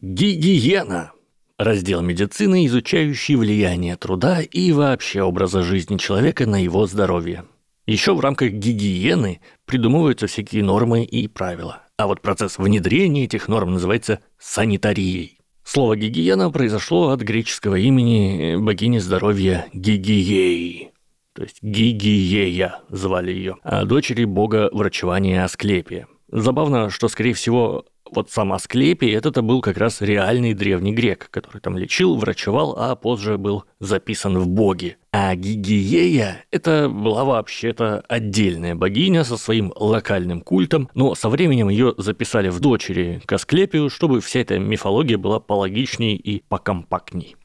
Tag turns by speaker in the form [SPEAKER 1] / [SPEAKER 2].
[SPEAKER 1] Гигиена. Раздел медицины, изучающий влияние труда и вообще образа жизни человека на его здоровье. Еще в рамках гигиены придумываются всякие нормы и правила. А вот процесс внедрения этих норм называется санитарией. Слово «гигиена» произошло от греческого имени богини здоровья Гигиеи. То есть Гигиея звали ее, а дочери бога врачевания Асклепия. Забавно, что, скорее всего, вот сам Асклепий это был как раз реальный древний грек, который там лечил, врачевал, а позже был записан в боги. А Гигиея это была вообще-то отдельная богиня со своим локальным культом, но со временем ее записали в дочери к Асклепию, чтобы вся эта мифология была пологичней и покомпактней.